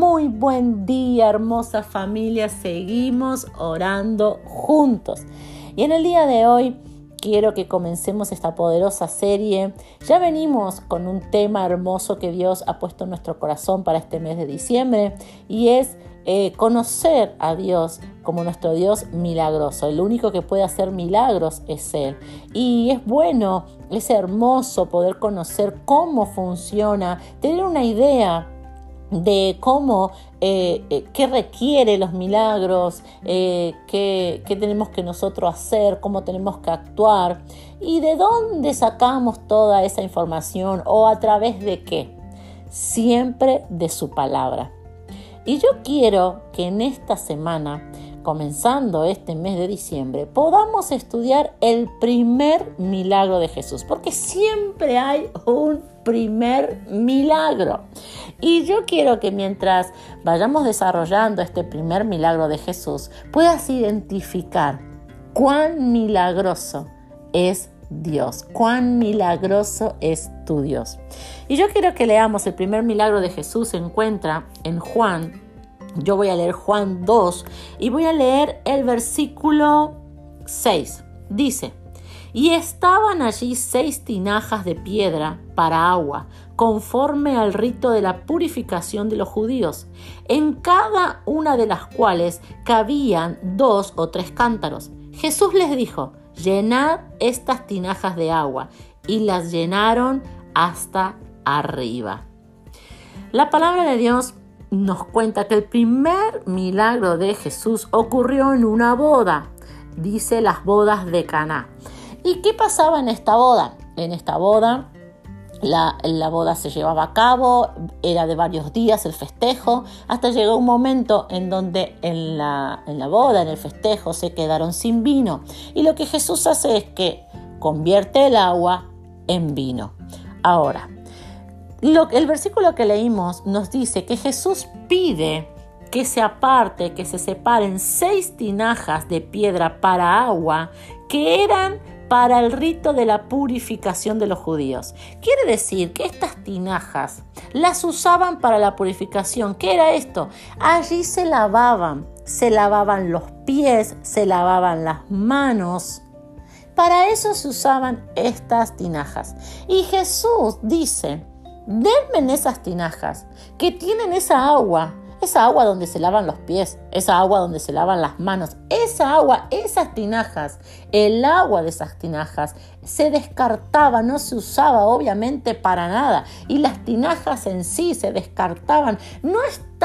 Muy buen día, hermosa familia. Seguimos orando juntos. Y en el día de hoy quiero que comencemos esta poderosa serie. Ya venimos con un tema hermoso que Dios ha puesto en nuestro corazón para este mes de diciembre y es conocer a Dios como nuestro Dios milagroso. El único que puede hacer milagros es Él. Y es bueno, es hermoso poder conocer cómo funciona, tener una idea de cómo, qué requiere los milagros, qué tenemos que nosotros hacer, cómo tenemos que actuar y de dónde sacamos toda esa información o a través de qué. Siempre de su palabra. Y yo quiero que en esta semana, comenzando este mes de diciembre, podamos estudiar el primer milagro de Jesús, porque siempre hay un primer milagro. Y yo quiero que mientras vayamos desarrollando este primer milagro de Jesús, puedas identificar cuán milagroso es Dios, cuán milagroso es tu Dios. Y yo quiero que leamos el primer milagro de Jesús. Se encuentra en Juan. Yo voy a leer Juan 2 y voy a leer el versículo 6. Dice: y estaban allí 6 tinajas de piedra para agua, conforme al rito de la purificación de los judíos, en cada una de las cuales cabían 2 o 3 cántaros. Jesús les dijo: llenad estas tinajas de agua, y las llenaron hasta arriba. La palabra de Dios nos cuenta que el primer milagro de Jesús ocurrió en una boda, dice las bodas de Caná. ¿Y qué pasaba en esta boda? En esta boda, la boda se llevaba a cabo, era de varios días el festejo, hasta llegó un momento en donde en la boda, en el festejo, se quedaron sin vino. Y lo que Jesús hace es que convierte el agua en vino. Ahora, el versículo que leímos nos dice que Jesús pide que se aparte, que se separen 6 tinajas de piedra para agua que eran para el rito de la purificación de los judíos. Quiere decir que estas tinajas las usaban para la purificación. ¿Qué era esto? Allí se lavaban los pies, se lavaban las manos. Para eso se usaban estas tinajas. Y Jesús dice: denme esas tinajas que tienen esa agua donde se lavan los pies, esa agua donde se lavan las manos, esa agua, esas tinajas, el agua de esas tinajas se descartaba, no se usaba obviamente para nada, y las tinajas en sí se descartaban, no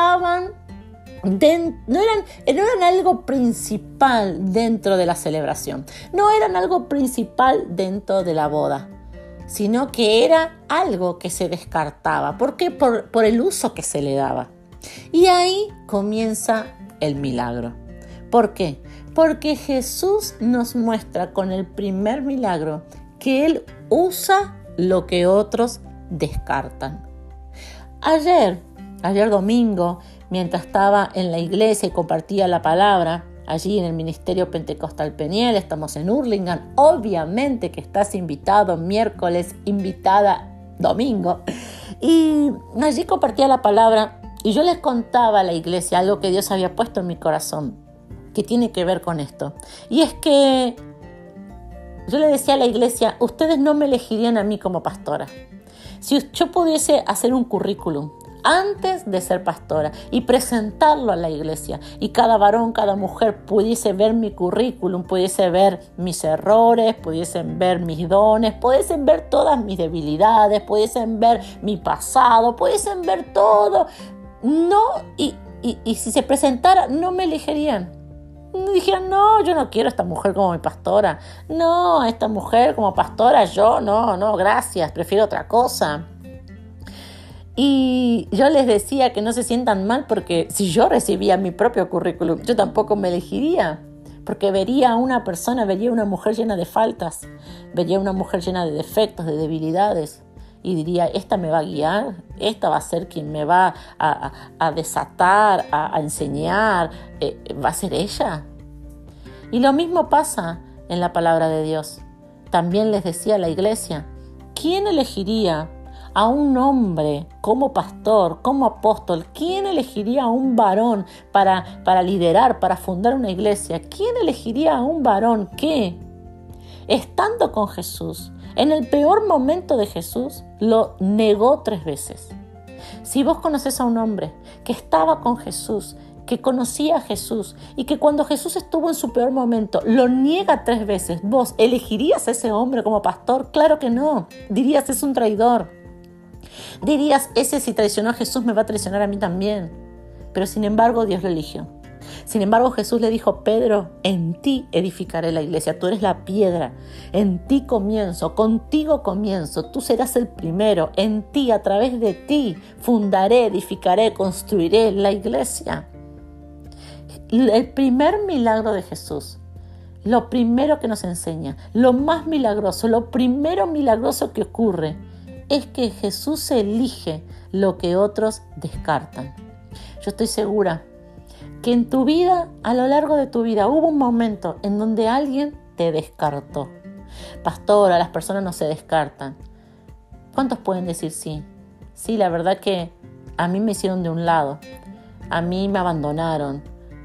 eran algo principal dentro de la celebración, no eran algo principal dentro de la boda, sino que era algo que se descartaba. ¿Por qué? Por el uso que se le daba. Y ahí comienza el milagro. ¿Por qué? Porque Jesús nos muestra con el primer milagro que Él usa lo que otros descartan. Ayer domingo, mientras estaba en la iglesia y compartía la palabra, allí en el Ministerio Pentecostal Peniel, estamos en Hurlingham, obviamente que estás invitado miércoles, invitada domingo, y allí compartía la palabra. Y yo les contaba a la iglesia algo que Dios había puesto en mi corazón, que tiene que ver con esto. Y es que yo le decía a la iglesia: ustedes no me elegirían a mí como pastora. Si yo pudiese hacer un currículum antes de ser pastora y presentarlo a la iglesia, y cada varón, cada mujer pudiese ver mi currículum, pudiese ver mis errores, pudiesen ver mis dones, pudiesen ver todas mis debilidades, pudiesen ver mi pasado, pudiesen ver todo. No, y si se presentara, no me elegirían. Dijeran: no, yo no quiero a esta mujer como mi pastora. No, a esta mujer como pastora, yo no, gracias, prefiero otra cosa. Y yo les decía que no se sientan mal, porque si yo recibía mi propio currículum, yo tampoco me elegiría. Porque vería a una mujer llena de faltas, vería a una mujer llena de defectos, de debilidades. Y diría: esta me va a guiar, esta va a ser quien me va a desatar, a enseñar, va a ser ella. Y lo mismo pasa en la palabra de Dios. También les decía a la iglesia: ¿quién elegiría a un hombre como pastor, como apóstol? ¿Quién elegiría a un varón para liderar, para fundar una iglesia? ¿Quién elegiría a un varón que, estando con Jesús, en el peor momento de Jesús, lo negó 3 veces? Si vos conocés a un hombre que estaba con Jesús, que conocía a Jesús y que cuando Jesús estuvo en su peor momento lo niega 3 veces, ¿vos elegirías a ese hombre como pastor? Claro que no. Dirías, es un traidor. Dirías, ese si traicionó a Jesús me va a traicionar a mí también. Pero sin embargo Dios lo eligió. Sin embargo Jesús le dijo, Pedro, en ti edificaré la iglesia, tú eres la piedra, en ti comienzo, contigo comienzo, tú serás el primero, en ti, a través de ti, fundaré, edificaré, construiré la iglesia. El primer milagro de Jesús, lo primero que nos enseña, lo más milagroso, lo primero milagroso que ocurre, es que Jesús elige lo que otros descartan. Yo estoy segura que en tu vida, a lo largo de tu vida, hubo un momento en donde alguien te descartó. Pastora, las personas no se descartan. ¿Cuántos pueden decir sí? Sí, la verdad que a mí me hicieron de un lado, a mí me abandonaron,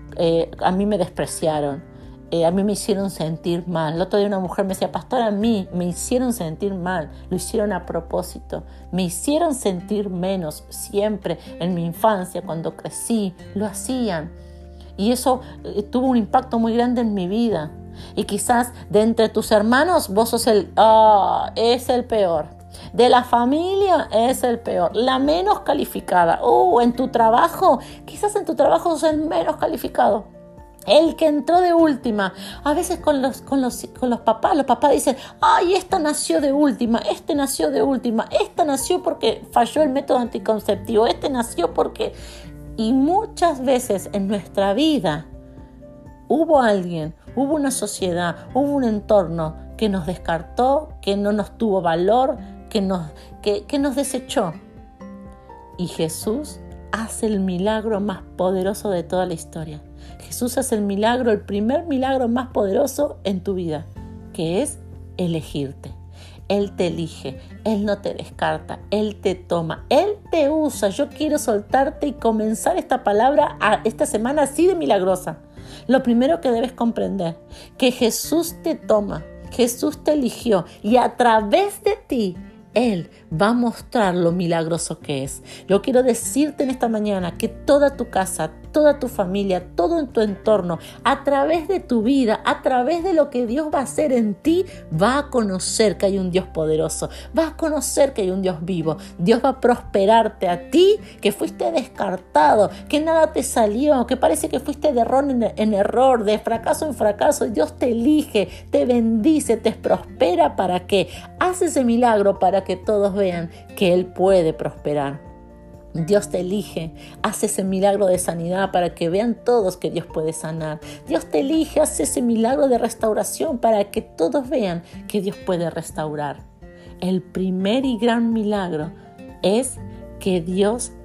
a mí me despreciaron, a mí me hicieron sentir mal. El otro día una mujer me decía, pastora, a mí me hicieron sentir mal, lo hicieron a propósito, me hicieron sentir menos. Siempre en mi infancia, cuando crecí, lo hacían. Y eso tuvo un impacto muy grande en mi vida. Y quizás de entre tus hermanos vos sos es el peor. De la familia es el peor, la menos calificada. En tu trabajo, quizás en tu trabajo sos el menos calificado, el que entró de última. A veces con los papás, los papás dicen, ay, esta nació de última, este nació de última, esta nació porque falló el método anticonceptivo, este nació porque... Y muchas veces en nuestra vida hubo alguien, hubo una sociedad, hubo un entorno que nos descartó, que no nos tuvo valor, que nos desechó. Y Jesús hace el milagro más poderoso de toda la historia. Jesús hace el milagro, el primer milagro más poderoso en tu vida, que es elegirte. Él te elige, Él no te descarta, Él te toma, Él te usa. Yo quiero soltarte y comenzar esta semana así de milagrosa. Lo primero que debes comprender, que Jesús te toma, Jesús te eligió y a través de ti, Él va a mostrar lo milagroso que es. Yo quiero decirte en esta mañana que toda tu casa, toda tu familia, todo en tu entorno, a través de tu vida, a través de lo que Dios va a hacer en ti, va a conocer que hay un Dios poderoso, va a conocer que hay un Dios vivo. Dios va a prosperarte a ti, que fuiste descartado, que nada te salió, que parece que fuiste de error en error, de fracaso en fracaso. Dios te elige, te bendice, te prospera. ¿Para qué? Hace ese milagro para que todos vean que Él puede prosperar. Dios te elige, hace ese milagro de sanidad para que vean todos que Dios puede sanar. Dios te elige, hace ese milagro de restauración para que todos vean que Dios puede restaurar. El primer y gran milagro es que Dios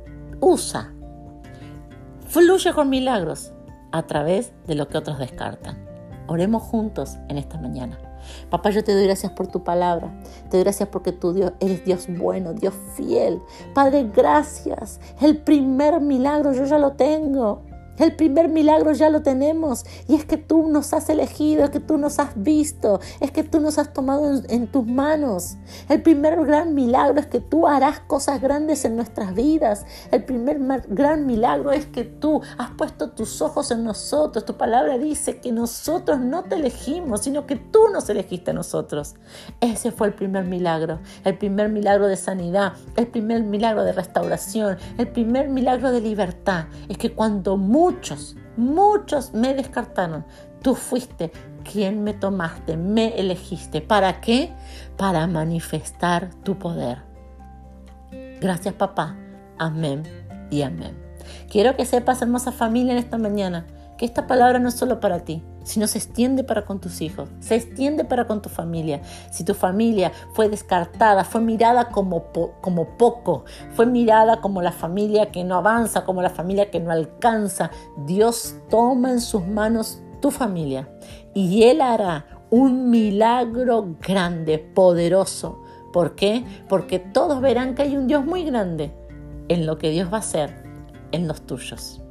fluye con milagros a través de lo que otros descartan. Oremos juntos en esta mañana. Papá, yo te doy gracias por tu palabra. Te doy gracias porque tú eres Dios bueno, Dios fiel. Padre, gracias. El primer milagro yo ya lo tengo. El primer milagro ya lo tenemos. Y es que tú nos has elegido, es que tú nos has visto, es que tú nos has tomado en tus manos. El primer gran milagro es que tú harás cosas grandes en nuestras vidas. El primer gran milagro es que tú has puesto tus ojos en nosotros. Tu palabra dice que nosotros no te elegimos, sino que tú nos elegiste a nosotros. Ese fue el primer milagro de sanidad, el primer milagro de restauración, el primer milagro de libertad. Es que cuando muchos me descartaron, tú fuiste quien me tomaste, me elegiste. ¿Para qué? Para manifestar tu poder. Gracias, papá. Amén y amén. Quiero que sepas, hermosa familia, en esta mañana, que esta palabra no es solo para ti, sino se extiende para con tus hijos, se extiende para con tu familia. Si tu familia fue descartada, fue mirada como poco, fue mirada como la familia que no avanza, como la familia que no alcanza, Dios toma en sus manos tu familia y Él hará un milagro grande, poderoso, ¿Por qué? Porque todos verán que hay un Dios muy grande en lo que Dios va a hacer en los tuyos.